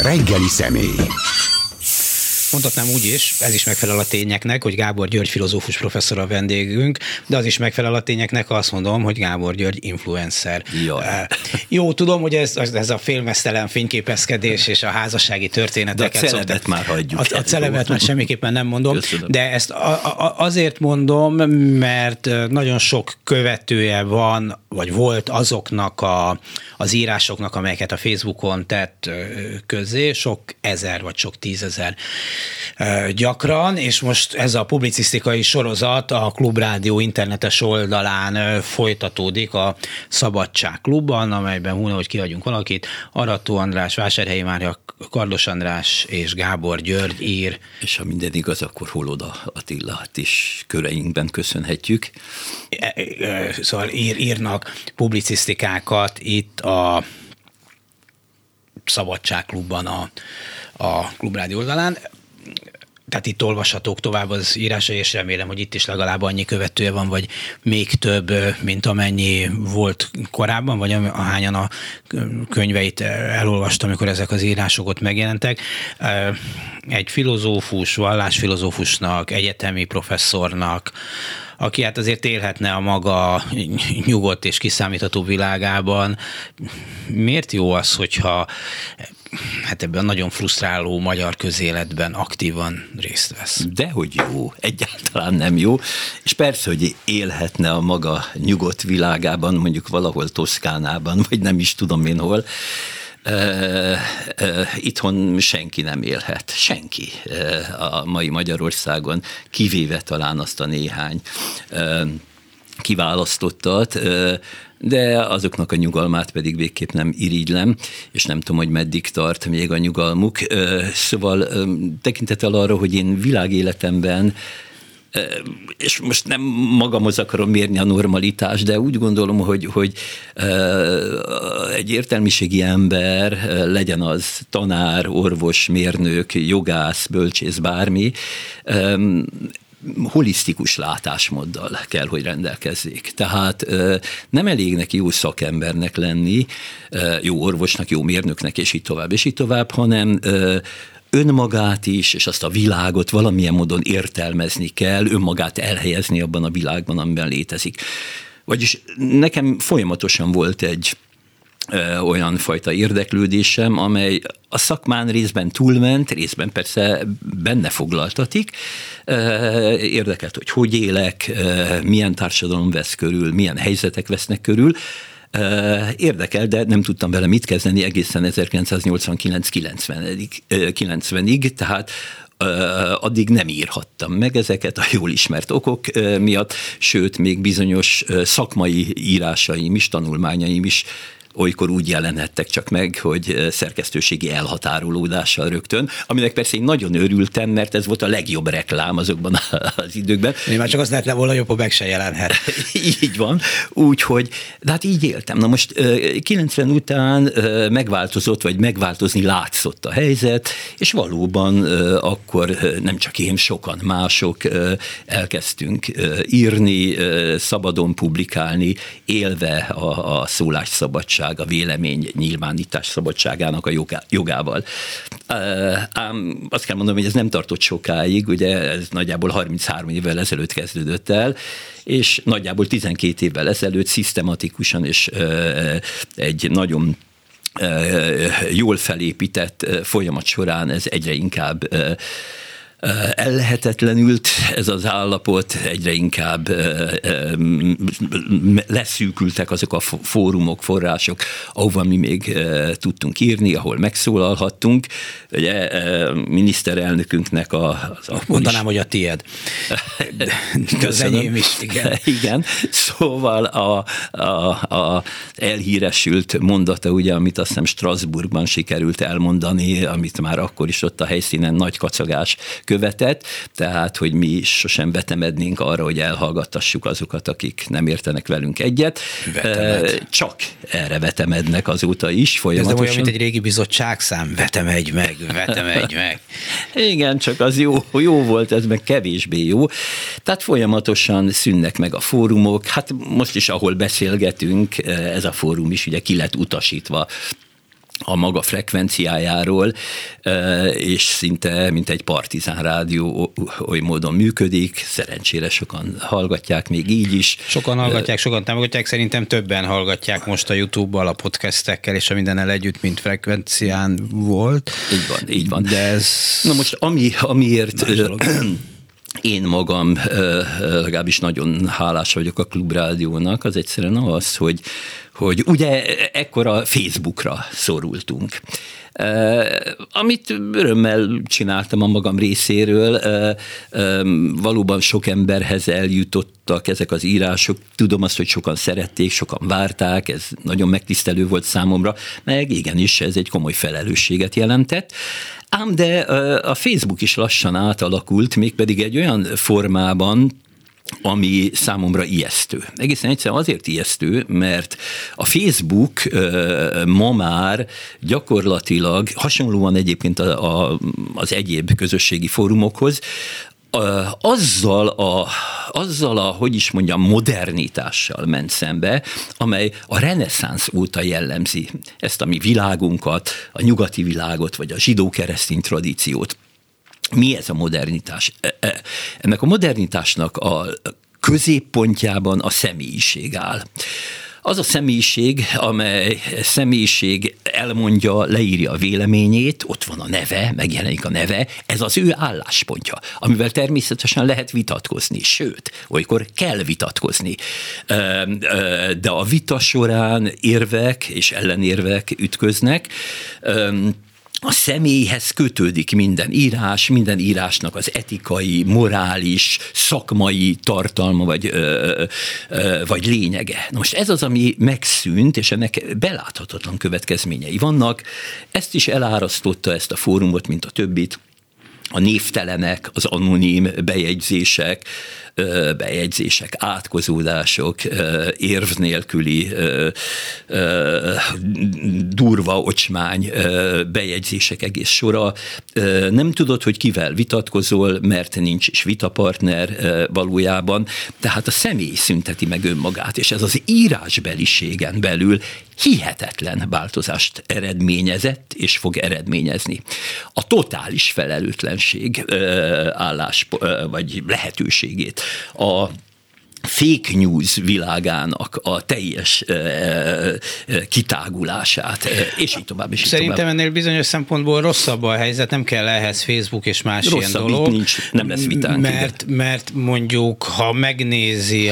Reggeli személy. Mondhatnám úgy is, ez is megfelel a tényeknek, hogy Gábor György filozófus professzor a vendégünk, de az is megfelel a tényeknek, ha azt mondom, hogy Gábor György influencer. Jó, tudom, hogy ez a félmeztelen fényképezkedés és a házassági történeteket. De a celebet már hagyjuk. A celebet már semmiképpen nem mondom. Köszönöm. De ezt azért mondom, mert nagyon sok követője van, vagy volt azoknak az írásoknak, amelyeket a Facebookon tett közzé, sok ezer vagy sok tízezer gyakran, és most ez a publicisztikai sorozat a Klubrádió internetes oldalán folytatódik a Szabadság Klubban, amelyben hogy kihagyunk valakit, Arató András, Vásárhelyi Mária, Kardos András és Gábor György ír. És ha minden igaz, akkor Holoda Attillát is köreinkben köszönhetjük. Szóval írnak publicisztikákat itt a Szabadság Klubban a Klubrádió oldalán. Tehát itt olvashatók tovább az írásai, és remélem, hogy itt is legalább annyi követője van, vagy még több, mint amennyi volt korábban, vagy ahányan a könyveit elolvastam, amikor ezek az írások ott megjelentek. Egy filozófus, vallásfilozófusnak, egyetemi professzornak, aki hát azért élhetne a maga nyugodt és kiszámítható világában. Miért jó az, hogyha ebben a nagyon frusztráló magyar közéletben aktívan részt vesz? Dehogy jó, egyáltalán nem jó, és persze, hogy élhetne a maga nyugodt világában, mondjuk valahol Toszkánában, vagy nem is tudom én hol. Itthon senki nem élhet. Senki a mai Magyarországon, kivéve talán azt a néhány kiválasztottat, de azoknak a nyugalmát pedig végképp nem irigylem, és nem tudom, hogy meddig tart még a nyugalmuk. Szóval tekintettel arra, hogy én világéletemben, és most nem magamhoz akarom mérni a normalitást, de úgy gondolom, hogy egy értelmiségi ember, legyen az tanár, orvos, mérnök, jogász, bölcsész, bármi, holisztikus látásmóddal kell, hogy rendelkezzék. Tehát nem elég neki jó szakembernek lenni, jó orvosnak, jó mérnöknek, és így tovább, hanem önmagát is, és azt a világot valamilyen módon értelmezni kell, önmagát elhelyezni abban a világban, amiben létezik. Vagyis nekem folyamatosan volt egy olyan fajta érdeklődésem, amely a szakmán részben túlment, részben persze benne foglaltatik. Érdekelt, hogy élek, milyen társadalom vesz körül, milyen helyzetek vesznek körül. Érdekel, de nem tudtam vele mit kezdeni egészen 1989-90-ig, tehát addig nem írhattam meg ezeket a jól ismert okok miatt, sőt, még bizonyos szakmai írásaim is, tanulmányaim is olykor úgy jelenhettek csak meg, hogy szerkesztőségi elhatárolódással rögtön, aminek persze én nagyon örültem, mert ez volt a legjobb reklám azokban az időkben. Én már csak azt lehetne volna jobb, meg se jelenhet. Így van, úgyhogy, de hát így éltem. Na most 90 után megváltozott, vagy megváltozni látszott a helyzet, és valóban akkor nem csak én, sokan mások elkezdtünk írni, szabadon publikálni, élve a szólásszabadság, a vélemény nyilvánítás szabadságának a jogával. Ám azt kell mondanom, hogy ez nem tartott sokáig, ugye ez nagyjából 33 évvel ezelőtt kezdődött el, és nagyjából 12 évvel ezelőtt szisztematikusan és egy nagyon jól felépített folyamat során ez egyre inkább ellehetetlenült ez az állapot, egyre inkább leszűkültek azok a fórumok, források, ahova mi még tudtunk írni, ahol megszólalhattunk. Ugye miniszterelnökünknek mondanám, hogy a tied. Az enyém is, igen. Igen, szóval a elhíresült mondata, ugye, amit azt hiszem Strasbourgban sikerült elmondani, amit már akkor is ott a helyszínen nagy kacagás követett, tehát, hogy mi sosem vetemednénk arra, hogy elhallgattassuk azokat, akik nem értenek velünk egyet. Csak erre vetemednek azóta is folyamatosan. Ez olyan, mint egy régi bizottságszám, vetemedj meg. Igen, csak az jó volt, ez meg kevésbé jó. Tehát folyamatosan szűnnek meg a fórumok. Hát most is, ahol beszélgetünk, ez a fórum is ugye ki lett utasítva a maga frekvenciájáról, és szinte mint egy partizán rádió oly módon működik, szerencsére sokan hallgatják még így is. Sokan hallgatják, sokan támogatják, szerintem többen hallgatják most a YouTube-bal, a podcastekkel és a mindennel együtt, mint frekvencián volt. Így van. De ez... Na most amiért... Én magam legalábbis nagyon hálás vagyok a Klubrádiónak, az egyszerűen az, hogy ugye ekkora Facebookra szorultunk. Amit örömmel csináltam a magam részéről, valóban sok emberhez eljutottak ezek az írások. Tudom azt, hogy sokan szerették, sokan várták, ez nagyon megtisztelő volt számomra, meg igenis ez egy komoly felelősséget jelentett. Ám de a Facebook is lassan átalakult, mégpedig egy olyan formában, ami számomra ijesztő. Egészen egyszerűen azért ijesztő, mert a Facebook ma már gyakorlatilag hasonlóan egyébként az egyéb közösségi fórumokhoz, azzal a, hogy is mondjam, modernitással ment szembe, amely a reneszánsz óta jellemzi ezt a mi világunkat, a nyugati világot, vagy a zsidó-keresztény tradíciót. Mi ez a modernitás? Ennek a modernitásnak a középpontjában a személyiség áll. Az a személyiség, amely személyiség elmondja, leírja a véleményét, ott van a neve, megjelenik a neve, ez az ő álláspontja, amivel természetesen lehet vitatkozni, sőt, olykor kell vitatkozni. De a vita során érvek és ellenérvek ütköznek, a személyhez kötődik minden írás, minden írásnak az etikai, morális, szakmai tartalma vagy lényege. Na most ez az, ami megszűnt, és ennek beláthatatlan következményei vannak. Ezt is elárasztotta ezt a fórumot, mint a többit. A névtelenek, az anonim bejegyzések, átkozódások, érv nélküli, durva ocsmány bejegyzések egész sora. Nem tudod, hogy kivel vitatkozol, mert nincs is vitapartner valójában, tehát a személy szünteti meg önmagát, és ez az írásbeliségen belül hihetetlen változást eredményezett, és fog eredményezni. A totális felelőtlenség vagy lehetőségét, a fake news világának a teljes kitágulását, és így tovább. Szerintem ennél bizonyos szempontból rosszabb a helyzet, nem kell ehhez Facebook és más rosszabb ilyen dolog. Nincs, nem lesz vitánk. Mert mondjuk, ha megnézi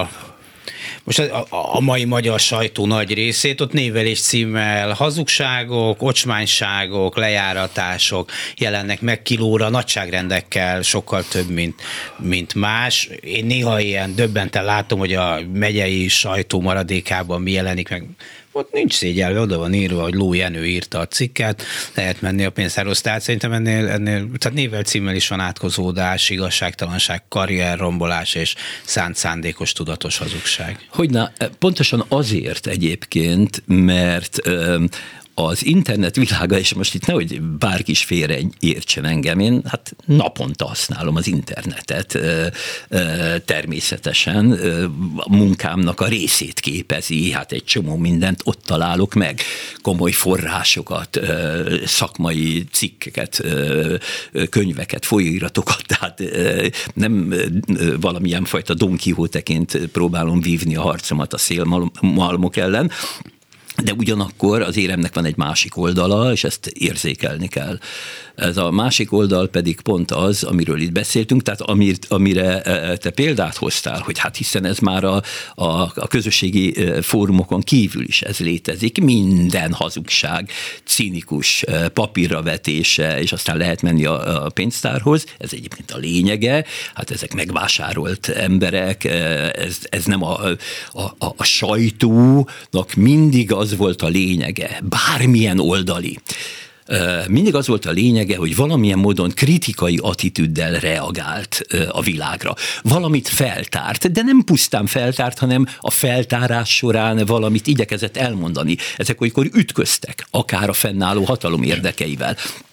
most a mai magyar sajtó nagy részét, ott névvel és címmel hazugságok, ocsmányságok, lejáratások jelennek meg kilóra, nagyságrendekkel sokkal több, mint más. Én néha ilyen döbbenten látom, hogy a megyei sajtó maradékában mi jelenik meg. Ott nincs szégyelve, oda van írva, hogy Ló Jenő írta a cikket, lehet menni a pénztárhoz. Tehát szerintem ennél, tehát névvel címmel is van átkozódás, igazságtalanság, karrierrombolás és szánt szándékos tudatos hazugság. Hogyne, pontosan azért egyébként, mert az internet világa, és most itt nehogy bárki is félre értsen engem, én hát naponta használom az internetet, természetesen a munkámnak a részét képezi, hát egy csomó mindent ott találok meg, komoly forrásokat, szakmai cikkeket, könyveket, folyóiratokat, tehát nem valamilyen fajta Don Quixote-ként próbálom vívni a harcomat a szélmalmok ellen, de ugyanakkor az éremnek van egy másik oldala, és ezt érzékelni kell. Ez a másik oldal pedig pont az, amiről itt beszéltünk, tehát amire te példát hoztál, hogy hát hiszen ez már a közösségi fórumokon kívül is ez létezik, minden hazugság, cinikus papírra vetése, és aztán lehet menni a pénztárhoz, ez egyébként a lényege, hát ezek megvásárolt emberek, ez nem a sajtónak mindig az volt a lényege, bármilyen oldali. Mindig az volt a lényege, hogy valamilyen módon kritikai attitűddel reagált a világra. Valamit feltárt, de nem pusztán feltárt, hanem a feltárás során valamit igyekezett elmondani. Ezek olykor ütköztek, akár a fennálló hatalom érdekeivel.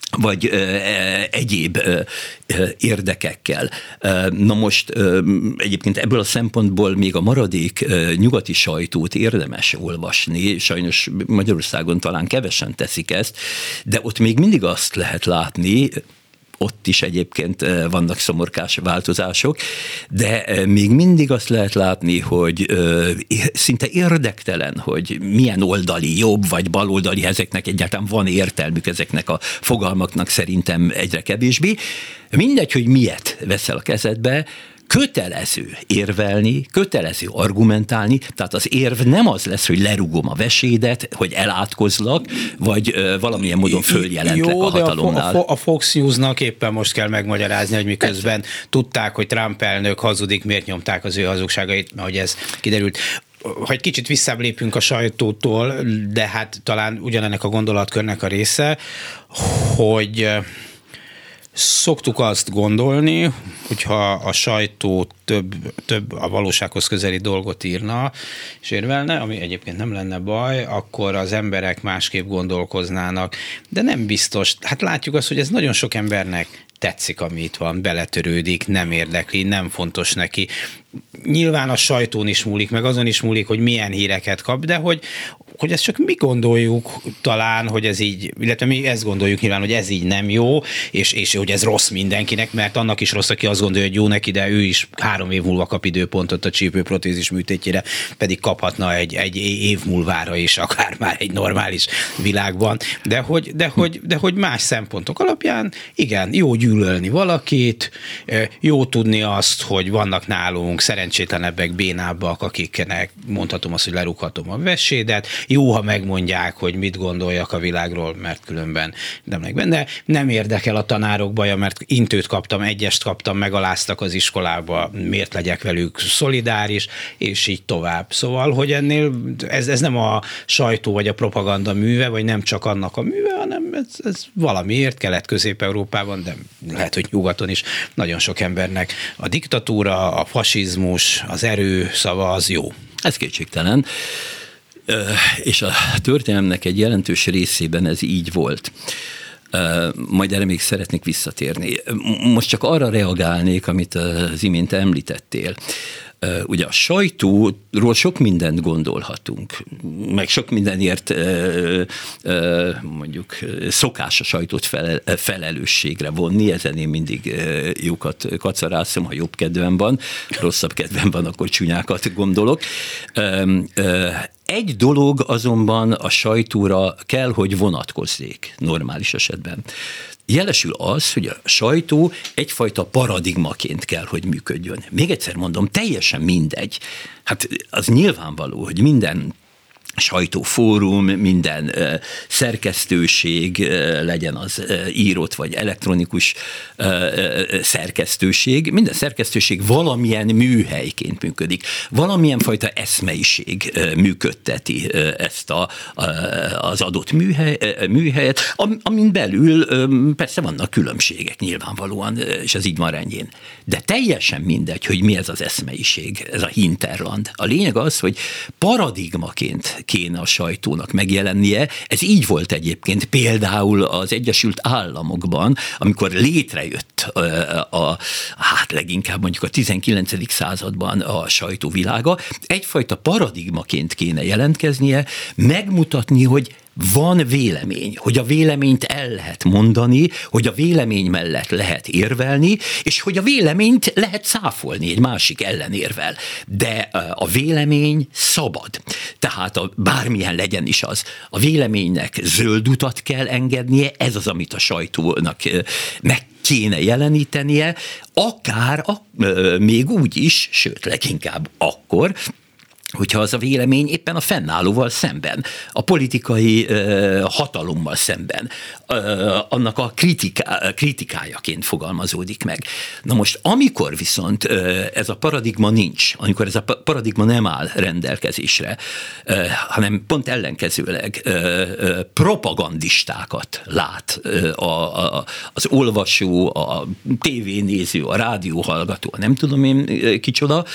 vagy egyéb érdekekkel. Na most egyébként ebből a szempontból még a maradék nyugati sajtót érdemes olvasni, sajnos Magyarországon talán kevesen teszik ezt, de ott még mindig azt lehet látni, ott is egyébként vannak szomorkás változások, de még mindig azt lehet látni, hogy szinte érdektelen, hogy milyen oldali, jobb vagy baloldali, ezeknek egyáltalán van értelmük, ezeknek a fogalmaknak szerintem egyre kevésbé. Mindegy, hogy miért veszel a kezedbe, kötelező érvelni, kötelező argumentálni, tehát az érv nem az lesz, hogy lerugom a vesédet, hogy elátkozlak, vagy valamilyen módon följelentlek a hatalomnál. A Fox News-nak éppen most kell megmagyarázni, hogy miközben tudták, hogy Trump elnök hazudik, miért nyomták az ő hazugságait, ahogy ez kiderült. Ha egy kicsit visszább lépünk a sajtótól, de hát talán ugyanennek a gondolatkörnek a része, hogy szoktuk azt gondolni, hogyha a sajtó több a valósághoz közeli dolgot írna és érvelne, ami egyébként nem lenne baj, akkor az emberek másképp gondolkoznának. De nem biztos. Hát látjuk azt, hogy ez nagyon sok embernek tetszik, ami itt van, beletörődik, nem érdekli, nem fontos neki. Nyilván a sajtón is múlik, meg azon is múlik, hogy milyen híreket kap, de hogy ezt csak mi gondoljuk talán, hogy ez így, illetve mi ezt gondoljuk nyilván, hogy ez így nem jó, és hogy ez rossz mindenkinek, mert annak is rossz, aki azt gondolja, hogy jó neki, de ő is 3 év múlva kap időpontot a csípőprotézis műtétjére, pedig kaphatna egy év múlvára is, akár már egy normális világban. De hogy más szempontok alapján, igen, jó gyűlölni valakit, jó tudni azt, hogy vannak nálunk szerencsétlenebbek, bénábbak, akiknek mondhatom azt, hogy lerúghatom a vesédet, jó, ha megmondják, hogy mit gondoljak a világról, mert különben nem meg benne. Nem érdekel a tanárok baja, mert intőt kaptam, egyest kaptam, megaláztak az iskolába, miért legyek velük szolidáris, és így tovább. Szóval, hogy ennél ez nem a sajtó vagy a propaganda műve, vagy nem csak annak a műve, hanem ez valamiért Kelet-Közép-Európában, de lehet, hogy nyugaton is nagyon sok embernek a diktatúra, a fasizmus, az erő szava az jó. Ez kétségtelen. És a történelemnek egy jelentős részében ez így volt. Majd erre még szeretnék visszatérni. Most csak arra reagálnék, amit az imént említettél. Ugye a sajtóról sok mindent gondolhatunk, meg sok mindenért mondjuk szokás a sajtót felelősségre vonni, ezen én mindig jókat kacarászom, ha jobb kedvem van, rosszabb kedvem van, akkor csúnyákat gondolok. Egy dolog azonban a sajtóra kell, hogy vonatkozzék normális esetben. Jelesül az, hogy a sajtó egyfajta paradigmaként kell, hogy működjön. Még egyszer mondom, teljesen mindegy. Hát az nyilvánvaló, hogy minden sajtófórum, minden szerkesztőség, legyen az írott vagy elektronikus szerkesztőség, minden szerkesztőség valamilyen műhelyként működik. Valamilyen fajta eszmeiség működteti ezt az adott műhelyet, amin belül persze vannak különbségek nyilvánvalóan, és ez így van rendjén. De teljesen mindegy, hogy mi ez az eszmeiség, ez a hinterland. A lényeg az, hogy paradigmaként kéne a sajtónak megjelennie. Ez így volt egyébként például az Egyesült Államokban, amikor létrejött leginkább mondjuk a 19. században a sajtóvilága. Egyfajta paradigmaként kéne jelentkeznie, megmutatni, hogy van vélemény, hogy a véleményt el lehet mondani, hogy a vélemény mellett lehet érvelni, és hogy a véleményt lehet cáfolni egy másik ellenérvel. De a vélemény szabad. Tehát bármilyen legyen is az. A véleménynek zöld utat kell engednie, ez az, amit a sajtónak meg kéne jelenítenie, akár még úgy is, sőt, leginkább akkor, hogyha az a vélemény éppen a fennállóval szemben, a politikai hatalommal szemben, annak a kritikájaként fogalmazódik meg. Na most, amikor viszont ez a paradigma nincs, amikor ez a paradigma nem áll rendelkezésre, hanem pont ellenkezőleg propagandistákat lát az olvasó, a tévénéző, a rádióhallgató, nem tudom én kicsoda,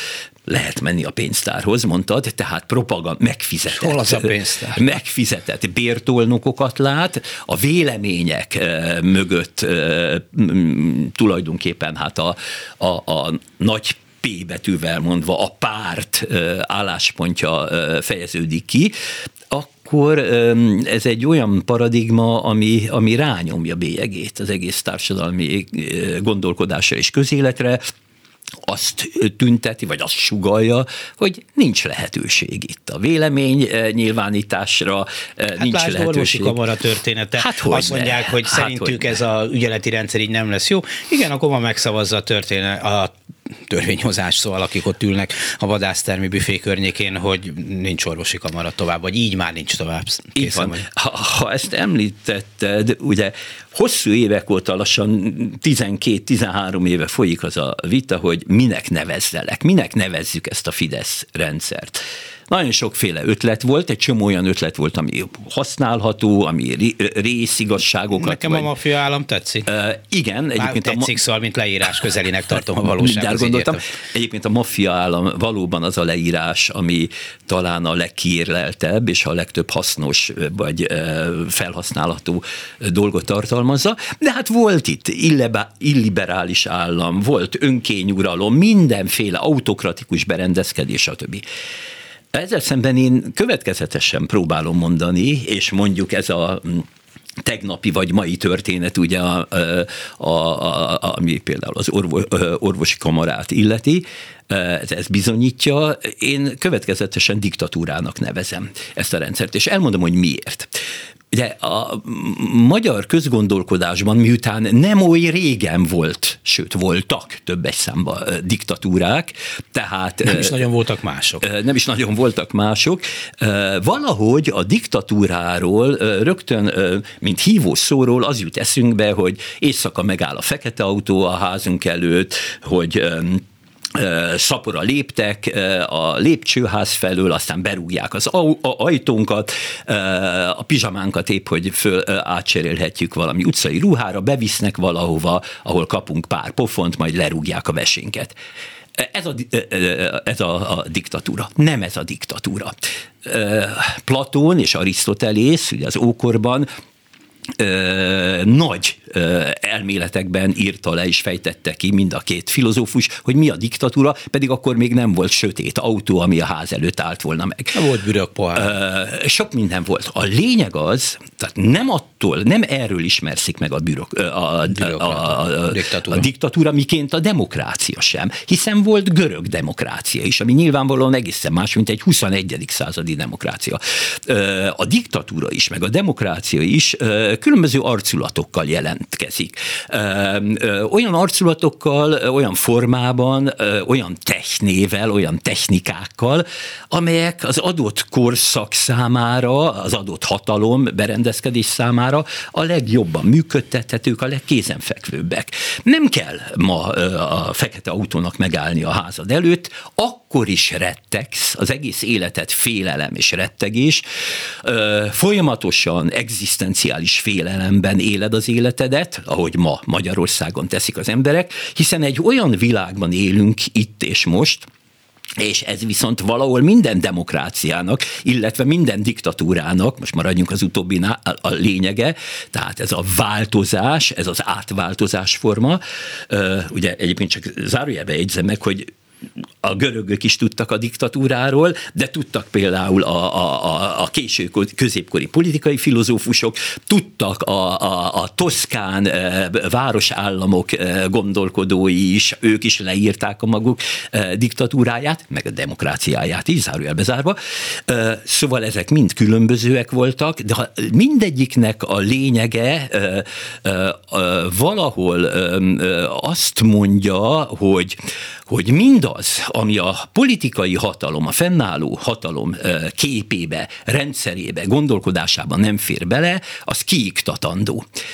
lehet menni a pénztárhoz, mondtad, tehát megfizetett. Hol az a pénztár? Megfizetett bértolnokokat lát, a vélemények mögött tulajdonképpen hát a nagy P betűvel mondva a párt álláspontja fejeződik ki, akkor ez egy olyan paradigma, ami rányomja bélyegét az egész társadalmi gondolkodásra és közéletre, azt tünteti, vagy azt sugallja, hogy nincs lehetőség itt a vélemény nyilvánításra, nincs lehetőség. Orvosi kamara története. Azt mondják, hogy szerintük ez az ügyeleti rendszer így nem lesz jó. Igen, akkor ma megszavazza a törvényhozás, szóval akik ott ülnek a vadásztermi büfé környékén, hogy nincs orvosi kamara tovább, vagy így már nincs tovább. Készen van. Ha ezt említetted, ugye hosszú évek óta, lassan 12-13 éve folyik az a vita, hogy minek nevezzelek, minek nevezzük ezt a Fidesz rendszert. Nagyon sokféle ötlet volt, egy csomó olyan ötlet volt, ami használható, ami részigazságokat. Nekem a maffia állam tetszik. Igen. Egyébként tetszik, szóval, mint leírás közelinek tartom a valósághoz. Gondoltam. Egyébként a maffia állam valóban az a leírás, ami talán a legkiérleltebb és a legtöbb hasznos vagy felhasználható dolgot tartalmazza. De hát volt itt illiberális állam, volt önkényuralom, mindenféle autokratikus berendezkedés, stb. Ezzel szemben én következetesen próbálom mondani, és mondjuk ez a tegnapi vagy mai történet, ugye, ami például az orvosi kamarát illeti, ez bizonyítja, én következetesen diktatúrának nevezem ezt a rendszert, és elmondom, hogy miért. Ugye a magyar közgondolkodásban, miután nem oly régen volt, sőt voltak többes számban diktatúrák, tehát... Nem is nagyon voltak mások. Nem is nagyon voltak mások. Valahogy a diktatúráról rögtön, mint hívószóról az jut eszünkbe, hogy éjszaka megáll a fekete autó a házunk előtt, hogy... szapor a léptek a lépcsőház felől, aztán berúgják az ajtónkat, a pizsamánkat épp, hogy átcserélhetjük valami utcai ruhára, bevisznek valahova, ahol kapunk pár pofont, majd lerúgják a vesénket. Ez a diktatúra. Nem ez a diktatúra. Platón és Arisztotelész, ugye az ókorban nagy elméletekben írta le és fejtette ki mind a két filozófus, hogy mi a diktatúra, pedig akkor még nem volt sötét autó, ami a ház előtt állt volna meg. Volt bürök pohár. Sok minden volt. A lényeg az, tehát nem erről ismerszik meg a diktatúra, miként a demokrácia sem, hiszen volt görög demokrácia is, ami nyilvánvalóan egészen más, mint egy 21. századi demokrácia. A diktatúra is, meg a demokrácia is különböző arculatokkal jelentkezik. Olyan arculatokkal, olyan formában, olyan technével, olyan technikákkal, amelyek az adott korszak számára, az adott hatalom berendezkedés számára a legjobban működtethetők, a legkézenfekvőbbek. Nem kell ma a fekete autónak megállni a házad előtt, akkor is rettegsz, az egész életed félelem és rettegés, folyamatosan egzisztenciális félelemben éled az életedet, ahogy ma Magyarországon teszik az emberek, hiszen egy olyan világban élünk itt és most, és ez viszont valahol minden demokráciának, illetve minden diktatúrának, most maradjunk az utóbbinál, a lényege, tehát ez a változás, ez az átváltozás forma. Ugye egyébként csak zárójelbe jegyzem meg, hogy a görögök is tudtak a diktatúráról, de tudtak például a késő középkori politikai filozófusok, tudtak a toszkán városállamok gondolkodói is, ők is leírták a maguk diktatúráját, meg a demokráciáját is, zárójelbe zárva. Szóval ezek mind különbözőek voltak, de mindegyiknek a lényege valahol azt mondja, hogy mindaz, ami a politikai hatalom, a fennálló hatalom képébe, rendszerébe, gondolkodásában nem fér bele, az kiiktatandó.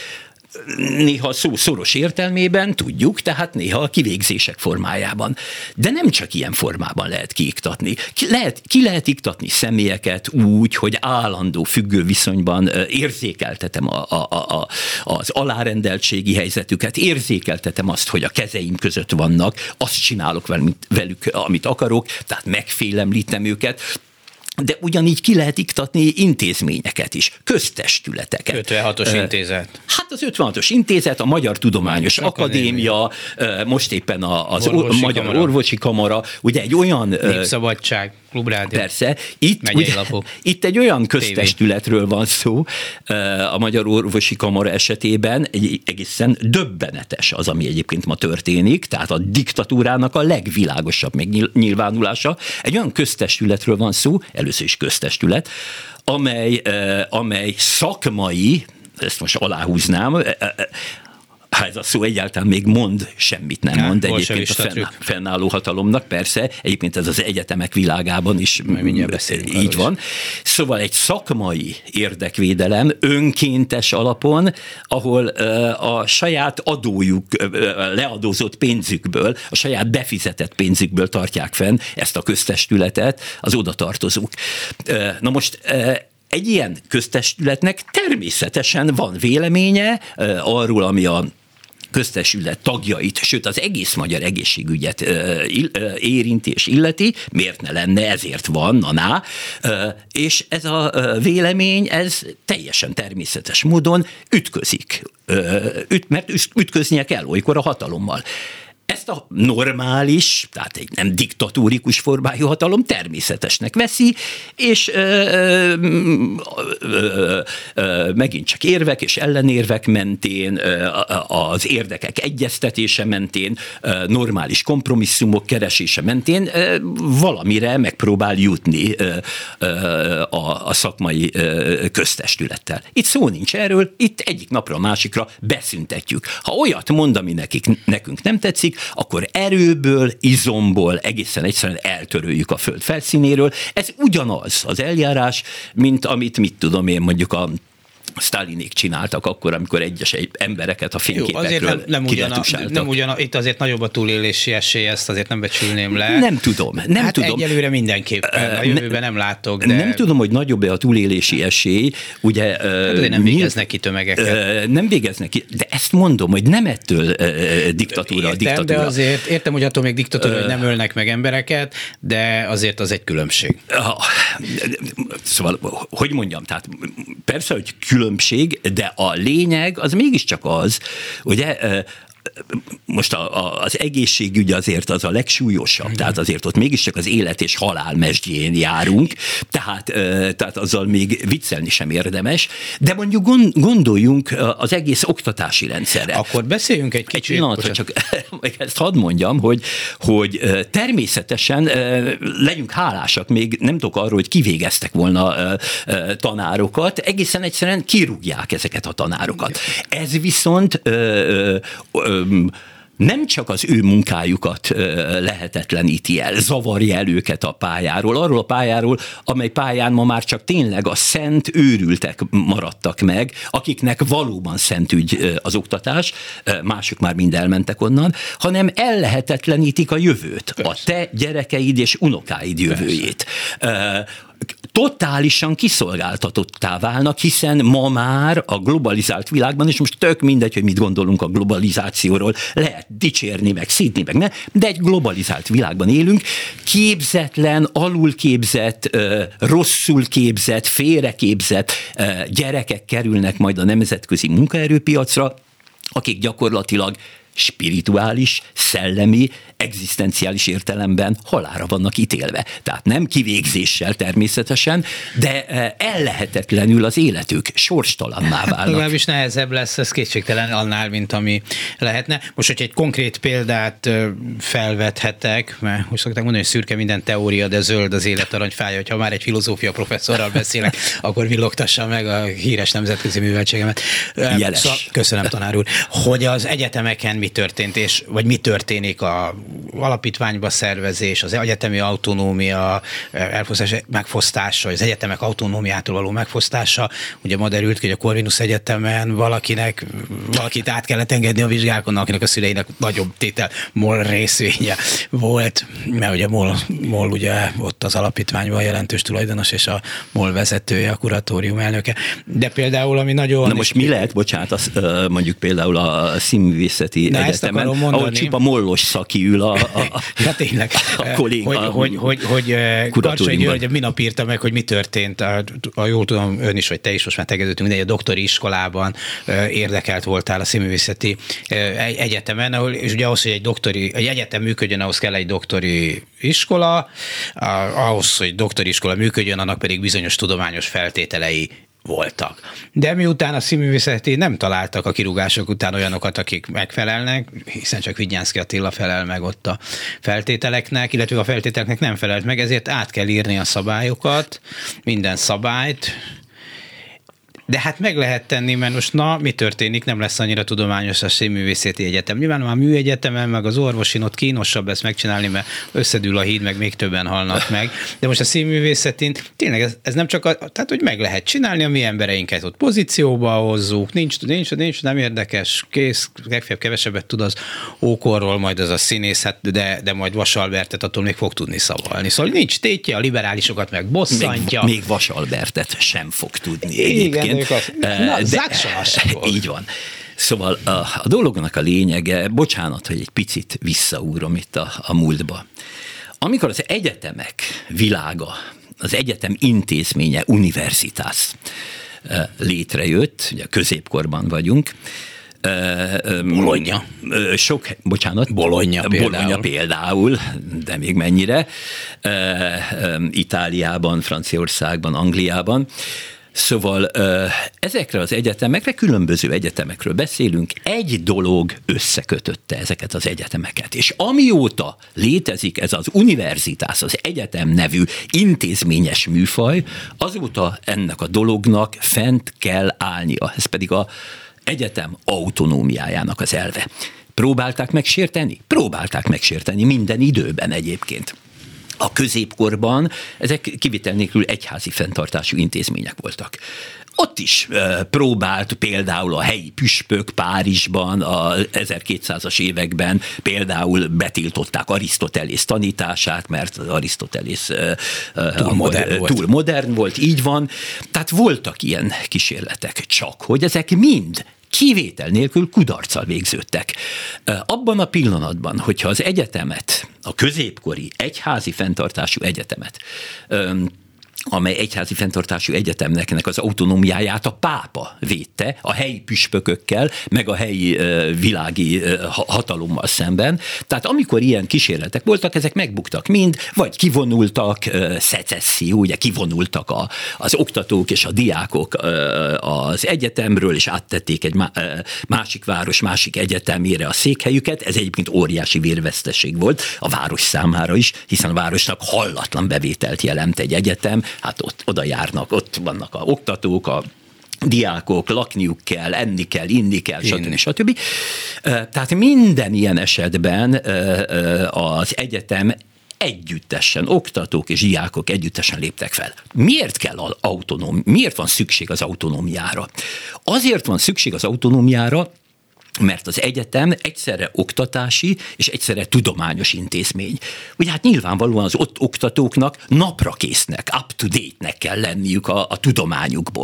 néha szó szoros értelmében tudjuk, tehát néha a kivégzések formájában. De nem csak ilyen formában lehet kiiktatni. Ki lehet iktatni személyeket úgy, hogy állandó függő viszonyban érzékeltetem az alárendeltségi helyzetüket, érzékeltetem azt, hogy a kezeim között vannak, azt csinálok velük, amit akarok, tehát megfélemlítem őket, de ugyanígy ki lehet iktatni intézményeket is, köztestületeket. 56-os intézet. Hát az 56-os intézet, a Magyar Tudományos Akadémia, most éppen az Magyar Orvosi Kamara, ugye egy olyan... Népszabadság, Klubrádió. Persze. Itt egy olyan köztestületről van szó, a Magyar Orvosi Kamara esetében egészen döbbenetes az, ami egyébként ma történik, tehát a diktatúrának a legvilágosabb megnyilvánulása. Egy olyan köztestületről van szó, először is köztestület, amely szakmai, ezt most aláhúznám, ha ez a szó egyáltalán még mond, semmit nem mond, de egyébként a fennálló hatalomnak, persze, egyébként ez az egyetemek világában is így van. Szóval egy szakmai érdekvédelem önkéntes alapon, ahol a saját adójuk, leadózott pénzükből, a saját befizetett pénzükből tartják fenn ezt a köztestületet az odatartozók. Na most egy ilyen köztestületnek természetesen van véleménye arról, ami a köztestület tagjait, sőt az egész magyar egészségügyet érinti és illeti, miért ne lenne, ezért van, és ez a vélemény, ez teljesen természetes módon ütközik, mert ütköznie kell olykor a hatalommal. Ezt a normális, tehát egy nem diktatórikus formájú hatalom természetesnek veszi, és megint csak érvek és ellenérvek mentén, az érdekek egyeztetése mentén, normális kompromisszumok keresése mentén valamire megpróbál jutni a szakmai köztestülettel. Itt szó nincs erről, itt egyik napra a másikra beszüntetjük. Ha olyat mond, ami nekünk nem tetszik, akkor erőből, izomból egészen egyszerűen eltöröljük a föld felszínéről. Ez ugyanaz az eljárás, mint amit, mit tudom én, mondjuk a Sztálinék csináltak akkor, amikor egyes embereket a fényképekről nem itt azért nagyobb a túlélési esély, ezt azért nem becsülném le. Nem tudom. Egyelőre mindenképpen, a jövőben nem látok, de... Nem tudom, hogy nagyobb-e a túlélési esély, ugye... nem végeznek ki tömegeket. Nem végeznek ki, de ezt mondom, hogy nem ettől diktatúra. De azért értem, hogy attól még diktatúra, hogy nem ölnek meg embereket, de azért az egy különbség. Szóval, hogy mondjam, tehát persze, hogy különbség, de a lényeg az mégiscsak az, ugye, most az egészségügy azért az a legsúlyosabb, tehát azért ott mégiscsak az élet és halál mesdjén járunk, tehát azzal még viccelni sem érdemes, de mondjuk gondoljunk az egész oktatási rendszerre. Akkor beszéljünk egy kicsit. Pillanatra, csak ezt hadd mondjam, hogy természetesen legyünk hálásak, még nem tudok arról, hogy kivégeztek volna tanárokat, egészen egyszerűen kirúgják ezeket a tanárokat. Ez viszont nem csak az ő munkájukat lehetetleníti el, zavarja el őket a pályáról, arról a pályáról, amely pályán ma már csak tényleg a szent őrültek maradtak meg, akiknek valóban szent ügy az oktatás, mások már mind elmentek onnan, hanem ellehetetlenítik a jövőt, a te gyerekeid és unokáid jövőjét. Totálisan kiszolgáltatottá válnak, hiszen ma már a globalizált világban, és most tök mindegy, hogy mit gondolunk a globalizációról, lehet dicsérni, meg szídni, meg ne, de egy globalizált világban élünk, képzetlen, alulképzett, rosszul képzett, félreképzett gyerekek kerülnek majd a nemzetközi munkaerőpiacra, akik gyakorlatilag spirituális, szellemi, egzisztenciális értelemben halálra vannak ítélve. Tehát nem kivégzéssel természetesen, de ellehetetlenül az életük sorstalanná válnak. Legalábbis nehezebb lesz, ez kétségtelen annál, mint ami lehetne. Most, hogy egy konkrét példát felvethetek, mert úgy szokták mondani, hogy szürke minden teória, de zöld az élet aranyfája, hogyha már egy filozófia professzorral beszélek, akkor villogtassa meg a híres nemzetközi műveltségemet. Jeles. Köszönöm, tanár úr. Hogy az egyetemeken mi történt, vagy mi történik a alapítványba szervezés, az egyetemi autonómia megfosztása, az egyetemek autonómiától való megfosztása. Ugye ma derült ki, hogy a Corvinus Egyetemen valakit át kellett engedni a vizsgákon, akinek a szüleinek nagyobb tétel MOL részvénye volt, mert ugye MOL ugye ott az alapítványban jelentős tulajdonos, és a MOL vezetője, a kuratórium elnöke. De például, ami nagyon... Na most mi lehet, bocsánat, mondjuk például a Színművészeti Egyetemen, ahol csupa mollos szaki ül a tényleg, kolléga. Hogy Karcsai György minap írta meg, hogy mi történt, jól tudom, ön is, vagy te is most már tegeződtünk, mindegy, a doktori iskolában érdekelt voltál a Színművészeti Egyetemen, és ugye ahhoz, hogy egy egyetem működjön, ahhoz kell egy doktori iskola, ahhoz, hogy doktori iskola működjön, annak pedig bizonyos tudományos feltételei voltak. De miután a Színművészeti nem találtak a kirúgások után olyanokat, akik megfelelnek, hiszen csak Vidnyánszky Attila felel meg ott a feltételeknek, illetve a feltételeknek nem felelt meg, ezért át kell írni a szabályokat, minden szabályt, de hát meg lehet tenni, mert most mi történik, nem lesz annyira tudományos a Színművészeti Egyetem. Nyilván a műegyetemen, meg az orvosin ott kínosabb ezt megcsinálni, mert összedül a híd, meg még többen halnak meg. De most a színművészetén tényleg ez nem csak, tehát hogy meg lehet csinálni, a mi embereinket ott pozícióba hozzuk, nincs, nem érdekes, kész, legfeljebb kevesebbet tud az ókorról, majd az a színész, hát de majd Vasalbertet attól még fog tudni szavalni. Szóval nincs tétje, a liberálisokat meg bosszantja. Még Vasalbertet sem fog tudni. Igen, így van. Szóval a dolognak a lényege, bocsánat, hogy egy picit visszaúrom itt a múltba. Amikor az egyetemek világa, az egyetem intézménye, universitas létrejött, ugye középkorban vagyunk, Bologna. Bologna például, de még mennyire, Itáliában, Franciaországban, Angliában. Szóval ezekre az egyetemekre, különböző egyetemekről beszélünk, egy dolog összekötötte ezeket az egyetemeket. És amióta létezik ez az universitas, az egyetem nevű intézményes műfaj, azóta ennek a dolognak fent kell állnia. Ez pedig az egyetem autonómiájának az elve. Próbálták megsérteni? Próbálták megsérteni minden időben egyébként. A középkorban ezek kivétel nélkül egyházi fenntartású intézmények voltak. Ott is próbált például a helyi püspök Párizsban a 1200-as években például betiltották Arisztotelész tanítását, mert az Arisztotelész túl modern volt, így van. Tehát voltak ilyen kísérletek, csak hogy ezek mind kivétel nélkül kudarccal végződtek. Abban a pillanatban, hogyha az egyetemet, a középkori egyházi fenntartású egyetemet, amely egyházi fenntartású egyetemnek az autonómiáját a pápa védte a helyi püspökökkel, meg a helyi világi hatalommal szemben. Tehát amikor ilyen kísérletek voltak, ezek megbuktak mind, vagy kivonultak, szecesszió, ugye kivonultak az oktatók és a diákok az egyetemről, és áttették egy másik város, másik egyetemére a székhelyüket. Ez egyébként óriási vérveszteség volt a város számára is, hiszen a városnak hallatlan bevételt jelent egy egyetem. Hát ott oda járnak, ott vannak a oktatók, a diákok, lakniuk kell, enni kell, inni kell, stb. Tehát minden ilyen esetben az egyetem együttesen, oktatók és diákok együttesen léptek fel. Miért van szükség az autonómiára? Azért van szükség az autonómiára, mert az egyetem egyszerre oktatási és egyszerre tudományos intézmény. Ugye hát nyilvánvalóan az ott oktatóknak naprakésznek, up-to-date-nek kell lenniük a tudományukból.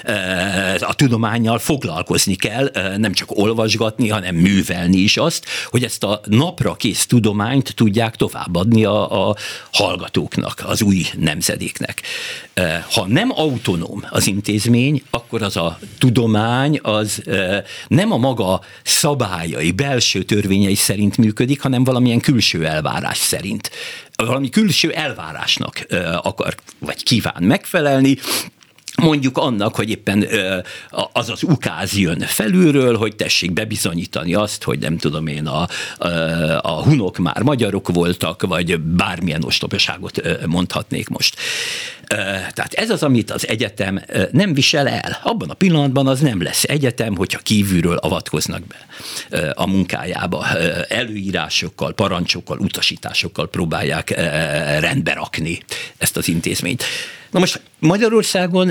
A tudománnyal foglalkozni kell, nem csak olvasgatni, hanem művelni is azt, hogy ezt a naprakész tudományt tudják továbbadni a hallgatóknak, az új nemzedéknek. Ha nem autonóm az intézmény, akkor az a tudomány az nem a maga szabályai, belső törvényei szerint működik, hanem valamilyen külső elvárás szerint. Valami külső elvárásnak akar, vagy kíván megfelelni, mondjuk annak, hogy éppen az az ukáz jön felülről, hogy tessék bebizonyítani azt, hogy nem tudom én, a hunok már magyarok voltak, vagy bármilyen ostobaságot mondhatnék most. Tehát ez az, amit az egyetem nem visel el. Abban a pillanatban az nem lesz egyetem, hogyha kívülről avatkoznak be a munkájába. Előírásokkal, parancsokkal, utasításokkal próbálják rendbe rakni ezt az intézményt. Na most Magyarországon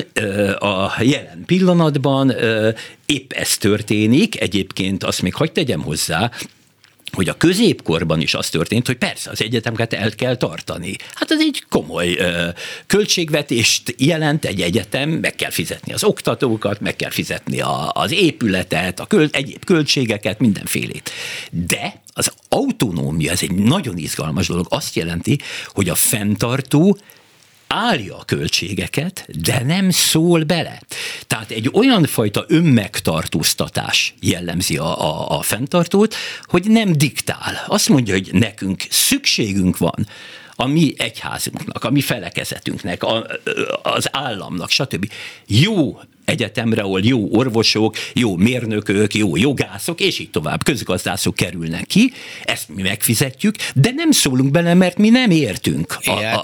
a jelen pillanatban épp ez történik, egyébként azt még hadd tegyem hozzá, hogy a középkorban is az történt, hogy persze az egyetemeket el kell tartani. Hát ez egy komoly költségvetést jelent egy egyetem, meg kell fizetni az oktatókat, meg kell fizetni az épületet, egyéb költségeket, mindenfélét. De az autonómia, ez egy nagyon izgalmas dolog, azt jelenti, hogy a fenntartó állja a költségeket, de nem szól bele. Tehát egy olyan fajta önmegtartóztatás jellemzi a fenntartót, hogy nem diktál. Azt mondja, hogy nekünk szükségünk van a mi egyházunknak, a mi felekezetünknek, az államnak, stb. Jó egyetemre, ahol jó orvosok, jó mérnökök, jó jogászok, és így tovább, közgazdászok kerülnek ki, ezt mi megfizetjük, de nem szólunk bele, mert mi nem értünk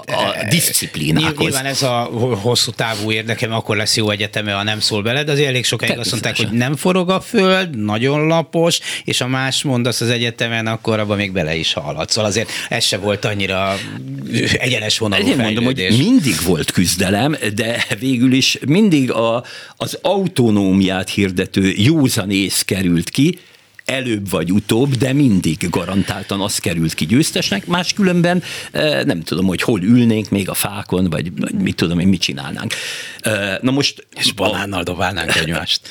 a diszciplínákhoz. Nyilván ez a hosszú távú érdekem, akkor lesz jó egyeteme, ha nem szól bele, de azért elég sokáig azt mondták, hogy nem forog a föld, nagyon lapos, és ha más mondasz az egyetemen, akkor abban még bele is halad. Szóval azért ez se volt annyira egyenes vonalú fejlődés. Én mondom, hogy mindig volt küzdelem, de végül is mindig az autonómiát hirdető józanész került ki, előbb vagy utóbb, de mindig garantáltan az került ki győztesnek, máskülönben nem tudom, hogy hol ülnénk még a fákon, vagy mit tudom én, mit csinálnánk. Na most... És banánnal dobálnánk egymást.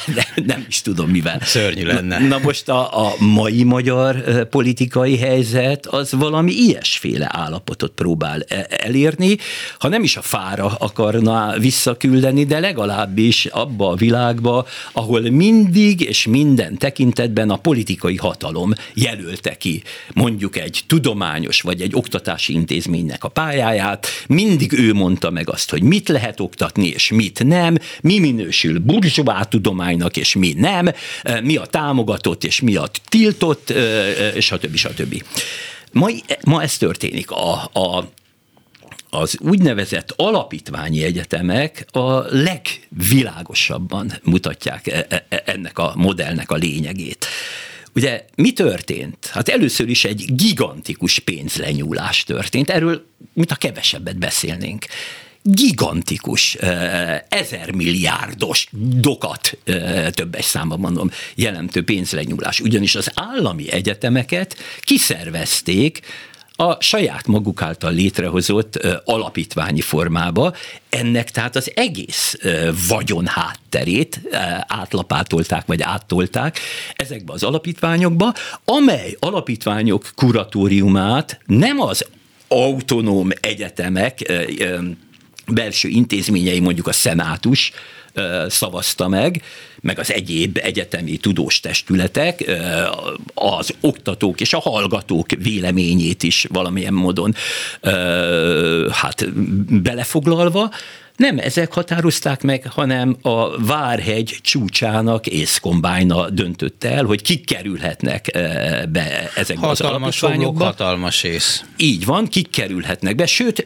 Nem is tudom, mivel. Szörnyű lenne. Na most a mai magyar politikai helyzet az valami ilyesféle állapotot próbál elérni, ha nem is a fára akarna visszaküldeni, de legalábbis abba a világba, ahol mindig és minden tekintetben a politikai hatalom jelölte ki mondjuk egy tudományos vagy egy oktatási intézménynek a pályáját, mindig ő mondta meg azt, hogy mit lehet oktatni és mit nem, mi minősül burzsóá tudománynak és mi nem, mi a támogatott és mi a tiltott, stb. Ma ez történik. Az úgynevezett alapítványi egyetemek a legvilágosabban mutatják ennek a modellnek a lényegét. Ugye mi történt? Hát először is egy gigantikus pénzlenyúlás történt. Erről, mint a kevesebbet beszélnénk. Gigantikus, 1000 milliárdos dokat, többes számban mondom, jelentő pénzlenyúlás. Ugyanis az állami egyetemeket kiszervezték a saját maguk által létrehozott alapítványi formába, ennek tehát az egész vagyon hátterét átlapátolták, vagy áttolták ezekbe az alapítványokba, amely alapítványok kuratóriumát nem az autonóm egyetemek belső intézményei, mondjuk a szenátus szavazta meg az egyéb egyetemi tudós testületek, az oktatók és a hallgatók véleményét is valamilyen módon belefoglalva. Nem ezek határozták meg, hanem a Várhegy csúcsának észkombájna döntött el, hogy kik kerülhetnek be ezekbe az alapítványokba. Hatalmas ész. Így van, kik kerülhetnek be, sőt,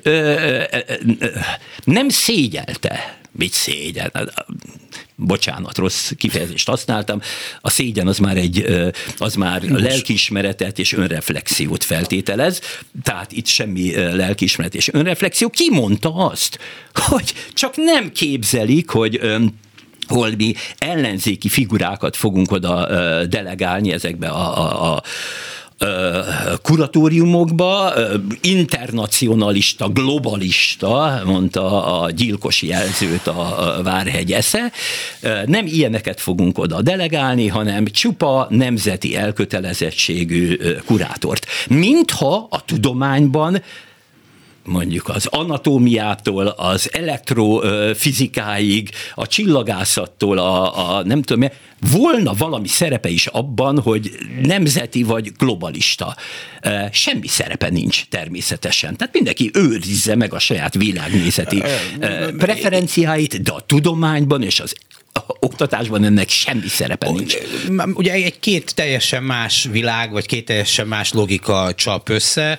nem szégyelte. Mit szégyen? Bocsánat, rossz kifejezést használtam. A szégyen az már lelkiismeretet és önreflexiót feltételez, tehát itt semmi lelkiismeret és önreflexió. Ki mondta azt, hogy csak nem képzelik, hogy hol mi ellenzéki figurákat fogunk oda delegálni ezekbe a kuratóriumokba, internacionalista, globalista, mondta a gyilkos jelzőt a Várhegy esze. Nem ilyeneket fogunk oda delegálni, hanem csupa nemzeti elkötelezettségű kurátort. Mintha a tudományban mondjuk az anatómiától, az elektrofizikáig, a csillagászattól, a nem tudom, volna valami szerepe is abban, hogy nemzeti vagy globalista. Semmi szerepe nincs természetesen. Tehát mindenki őrizze meg a saját világnézeti preferenciáit, de a tudományban és az oktatásban ennek semmi szerepe nincs. Ugye egy két teljesen más világ, vagy két teljesen más logika csap össze.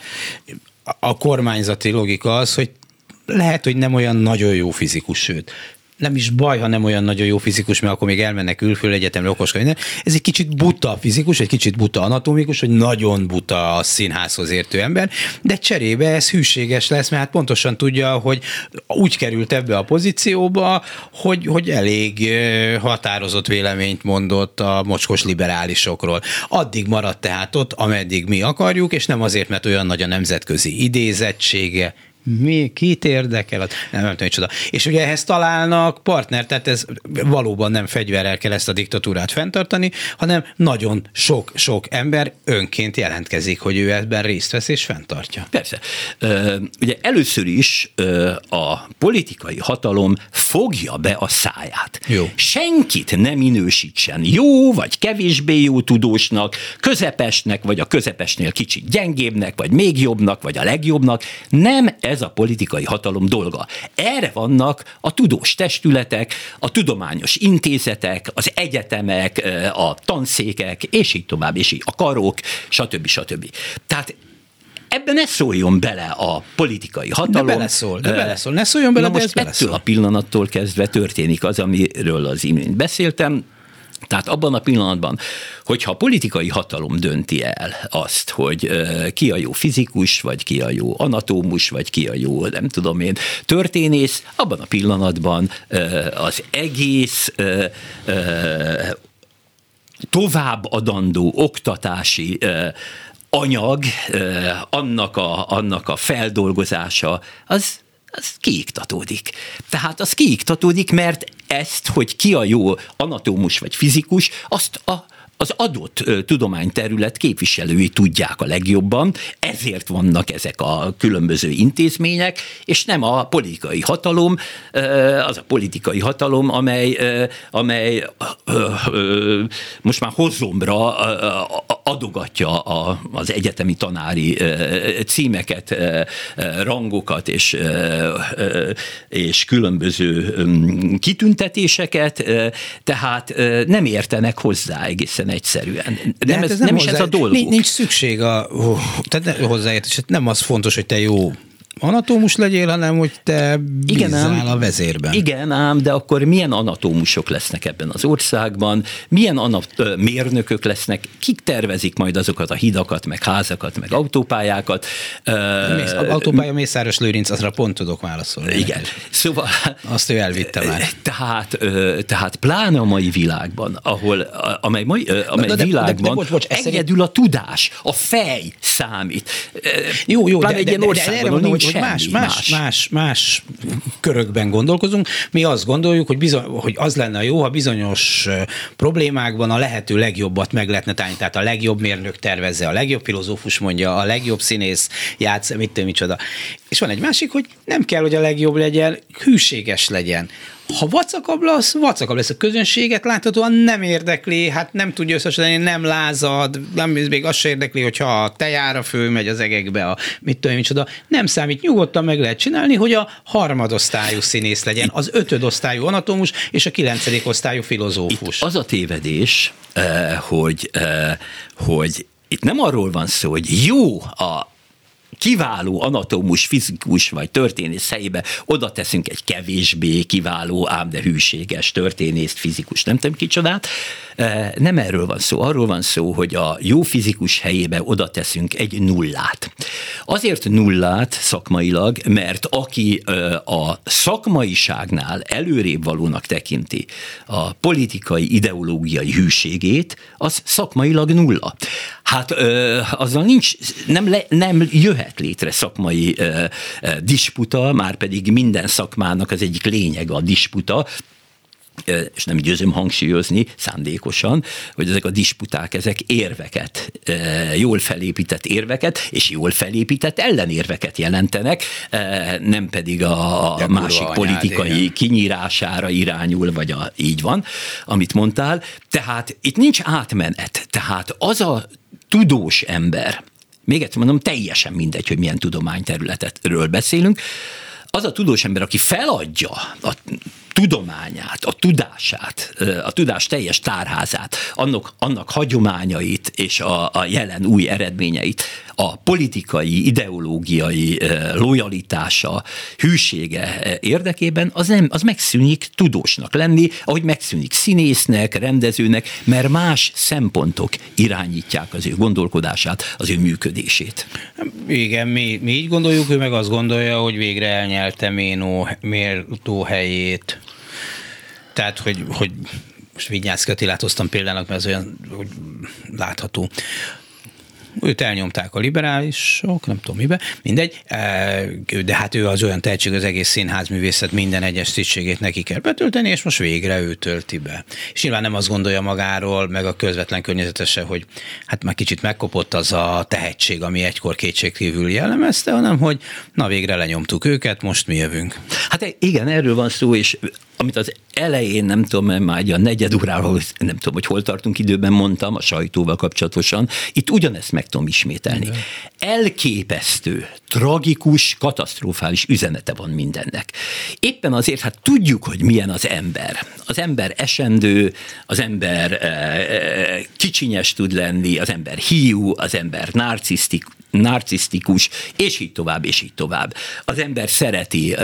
A kormányzati logika az, hogy lehet, hogy nem olyan nagyon jó fizikus, sőt, nem is baj, ha nem olyan nagyon jó fizikus, mert akkor még elmennek külföldre egyetemre okoskodni. Ez egy kicsit buta fizikus, egy kicsit buta anatomikus, vagy nagyon buta a színházhoz értő ember, de cserébe ez hűséges lesz, mert hát pontosan tudja, hogy úgy került ebbe a pozícióba, hogy elég határozott véleményt mondott a mocskos liberálisokról. Addig maradt tehát ott, ameddig mi akarjuk, és nem azért, mert olyan nagy a nemzetközi idézettsége, kit érdekel? Nem tudom, csoda. És ugye ehhez találnak partner, tehát ez valóban nem fegyverrel kell ezt a diktatúrát fenntartani, hanem nagyon sok ember önként jelentkezik, hogy ő ebben részt vesz és fenntartja. Persze. Ugye először is a politikai hatalom fogja be a száját. Jó. Senkit nem minősítsen jó, vagy kevésbé jó tudósnak, közepesnek, vagy a közepesnél kicsit gyengébbnek, vagy még jobbnak, vagy a legjobbnak. Nem ez a politikai hatalom dolga. Erre vannak a tudós testületek, a tudományos intézetek, az egyetemek, a tanszékek, és így tovább, és így a karok, stb. Tehát ebben ne szóljon bele a politikai hatalom. De beleszól, ne szóljon bele, de most ettől a pillanattól kezdve történik az, amiről az imént beszéltem. Tehát abban a pillanatban, hogyha a politikai hatalom dönti el azt, hogy ki a jó fizikus, vagy ki a jó anatómus, vagy ki a jó, nem tudom én, történész, abban a pillanatban az egész továbbadandó oktatási anyag, annak a feldolgozása, az kiiktatódik. Tehát az kiiktatódik, mert ezt, hogy ki a jó anatómus vagy fizikus, azt az adott tudományterület képviselői tudják a legjobban, ezért vannak ezek a különböző intézmények, és nem a politikai hatalom, az a politikai hatalom, amely most már hozomra adogatja az egyetemi tanári címeket, rangokat és különböző kitüntetéseket, tehát nem értenek hozzá egészen egyszerűen. Nem is ez a dolguk. Nincs szükség tehát hozzáértés. Nem az fontos, hogy te jó anatómus legyél, hanem hogy te bízzál a vezérben. Igen ám, de akkor milyen anatómusok lesznek ebben az országban, milyen mérnökök lesznek, kik tervezik majd azokat a hidakat, meg házakat, meg autópályákat. Autópálya Mészáros Lőrinc, azra pont tudok válaszolni. Igen. Szóval, azt ő elvitte már. Tehát pláne a mai világban, amely világban egyedül a tudás, a fej számít. Jó, pláne egy ilyen országban, hogy más körökben gondolkozunk. Mi azt gondoljuk, hogy az lenne jó, ha bizonyos problémákban a lehető legjobbat meg lehetne találni. Tehát a legjobb mérnök tervezze, a legjobb filozófus mondja, a legjobb színész játsz, micsoda. És van egy másik, hogy nem kell, hogy a legjobb legyen, hűséges legyen. Ha vacakabb lesz, a közönséget láthatóan nem érdekli, hát nem tudja összehasonlítani, nem lázad, nem még azt se érdekli, hogyha a tejára fölmegy az egekbe, micsoda. Nem számít, nyugodtan meg lehet csinálni, hogy a harmadosztályú színész legyen, az 5. osztályú anatómus és a 9. osztályú filozófus. Itt az a tévedés, hogy itt nem arról van szó, hogy jó a kiváló anatómus, fizikus vagy történész helyébe oda teszünk egy kevésbé kiváló, ám de hűséges történészt, fizikus, nem tudom kicsodát. Nem erről van szó. Arról van szó, hogy a jó fizikus helyébe oda teszünk egy nullát. Azért nullát szakmailag, mert aki a szakmaiságnál előrébb valónak tekinti a politikai, ideológiai hűségét, az szakmailag nulla. Hát azzal nem jöhet létre szakmai disputa, már pedig minden szakmának az egyik lényege a disputa, és nem győzöm hangsúlyozni szándékosan, hogy ezek a disputák, ezek érveket, jól felépített érveket, és jól felépített ellenérveket jelentenek, nem pedig a másik politikai kinyírására irányul, vagy így van, amit mondtál. Tehát itt nincs átmenet. Tehát az a tudós ember, még egyszer mondom, teljesen mindegy, hogy milyen tudományterületről beszélünk, az a tudós ember, aki feladja a tudományát, a tudását, a tudás teljes tárházát, annak hagyományait és a jelen új eredményeit, a politikai, ideológiai lojalitása, hűsége érdekében, az megszűnik tudósnak lenni, ahogy megszűnik színésznek, rendezőnek, mert más szempontok irányítják az ő gondolkodását, az ő működését. Igen, mi így gondoljuk, ő meg azt gondolja, hogy végre elnyelte méltó helyét. Tehát, hogy most Vinyánszky Attilát hoztam példának, mert ez olyan hogy látható. Őt elnyomták a liberálisok, nem tudom miben, mindegy, de hát ő az olyan tehetség, az egész színházművészet minden egyes tisztségét neki kell betölteni, és most végre ő tölti be. És nyilván nem azt gondolja magáról, meg a közvetlen környezetese, hogy hát már kicsit megkopott az a tehetség, ami egykor kétségkívül jellemezte, hanem hogy na végre lenyomtuk őket, most mi jövünk. Hát igen, erről van szó, és amit az elején, nem tudom, már a negyed óráról, nem tudom, hogy hol tartunk időben, mondtam a sajtóval kapcsolatosan, itt ugyanezt meg tudom ismételni. Elképesztő, tragikus, katasztrofális üzenete van mindennek. Éppen azért, hát tudjuk, hogy milyen az ember. Az ember esendő, az ember kicsinyes tud lenni, az ember hiú, az ember narcisztikus, és így tovább, és így tovább. Az ember szereti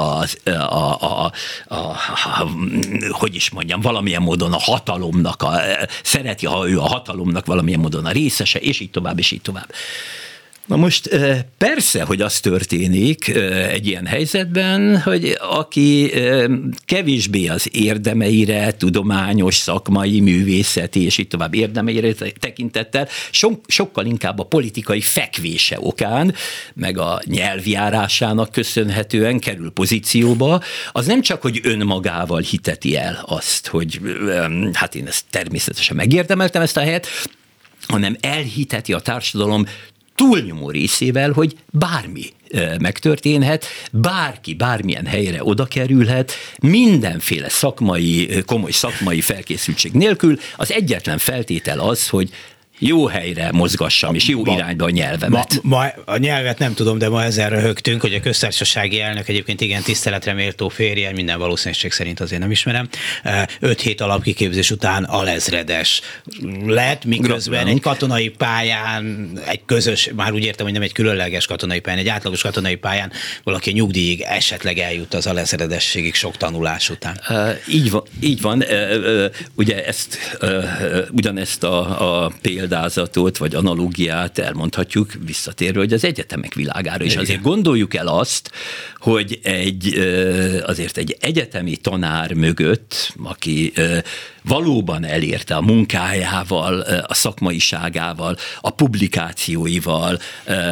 hogy is mondjam, valamilyen módon a hatalomnak, szereti, ha ő a hatalomnak valamilyen módon a részese, és így tovább, és így tovább. Na most persze, hogy az történik egy ilyen helyzetben, hogy aki kevésbé az érdemeire, tudományos, szakmai, művészeti, és így tovább érdemeire tekintettel, sokkal inkább a politikai fekvése okán, meg a nyelvjárásának köszönhetően kerül pozícióba, az nem csak, hogy önmagával hiteti el azt, hogy hát én ezt természetesen megérdemeltem ezt a helyet, hanem elhiteti a társadalom túlnyomó részével, hogy bármi megtörténhet, bárki bármilyen helyre oda kerülhet, mindenféle komoly szakmai felkészültség nélkül. Az egyetlen feltétel az, hogy jó helyre mozgassam, és jó irányba a nyelvemet. Ma a nyelvet nem tudom, de ma ezzel röhögtünk, hogy a köztársasági elnök egyébként igen tiszteletre méltó férje, minden valószínűség szerint azért nem ismerem, 5 hét alapkiképzés után alezredes lett, miközben egy katonai pályán, egy közös, már úgy értem, hogy nem egy különleges katonai pályán, egy átlagos katonai pályán valaki nyugdíjig esetleg eljut az alezredességig sok tanulás után. Így van. Ugye ugyanezt a példázatot, vagy analógiát elmondhatjuk visszatérve, hogy az egyetemek világára is. Azért gondoljuk el azt, hogy azért egy egyetemi tanár mögött, aki valóban elérte a munkájával, a szakmaiságával, a publikációival,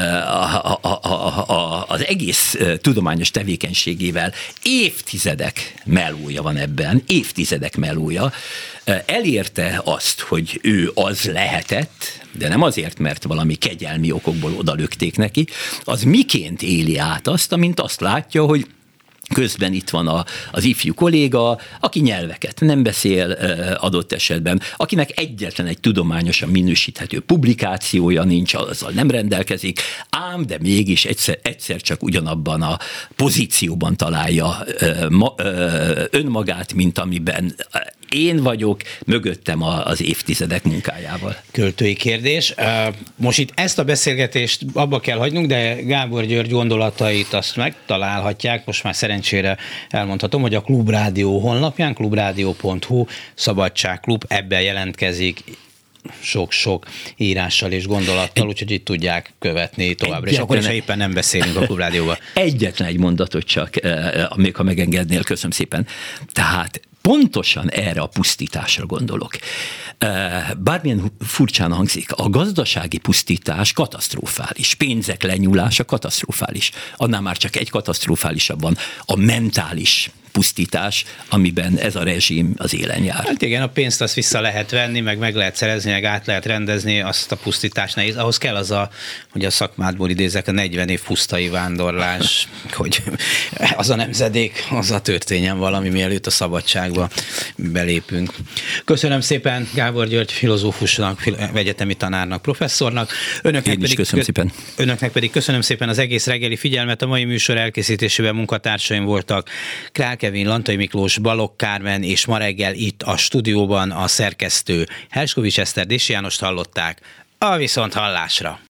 az egész tudományos tevékenységével évtizedek melója van ebben, évtizedek melója, elérte azt, hogy ő az lehetett, de nem azért, mert valami kegyelmi okokból odalökték neki, az miként éli át azt, amint azt látja, hogy közben itt van az ifjú kolléga, aki nyelveket nem beszél adott esetben, akinek egyetlen egy tudományosan minősíthető publikációja nincs, azzal nem rendelkezik, ám de mégis egyszer csak ugyanabban a pozícióban találja önmagát, mint amiben én vagyok, mögöttem az évtizedek munkájával. Költői kérdés. Most itt ezt a beszélgetést abba kell hagynunk, de Gábor György gondolatait azt megtalálhatják. Most már szerencsére elmondhatom, hogy a Klubrádió honlapján, klubrádió.hu, Szabadságklub, ebben jelentkezik sok-sok írással és gondolattal, úgyhogy itt tudják követni továbbra. És akkor is, ha éppen nem beszélünk a Klubrádióban. Egyetlen egy mondatot csak, még ha megengednél, köszönöm szépen. Tehát pontosan erre a pusztításra gondolok. Bármilyen furcsán hangzik, a gazdasági pusztítás katasztrofális, pénzek lenyúlása katasztrofális. Annál már csak egy katasztrofálisabb van, a mentális pusztítás, amiben ez a rezsim az élen jár. Hát igen, a pénzt azt vissza lehet venni, meg lehet szerezni, meg át lehet rendezni, azt a pusztítást nehéz. Ahhoz kell az hogy a szakmádból idézek, a 40 év pusztai vándorlás, hogy az a nemzedék, az a történjen valami, mielőtt a szabadságba belépünk. Köszönöm szépen Gábor György filozófusnak, egyetemi tanárnak, professzornak. Önöknek pedig köszönöm szépen az egész reggeli figyelmet. A mai műsor elkészítésében munkatársaim voltak Král Kevin, Lantai Miklós, Balogh Kármen, és ma reggel itt a stúdióban a szerkesztő Herskovics Eszter, Dési Jánost hallották. A viszonthallásra!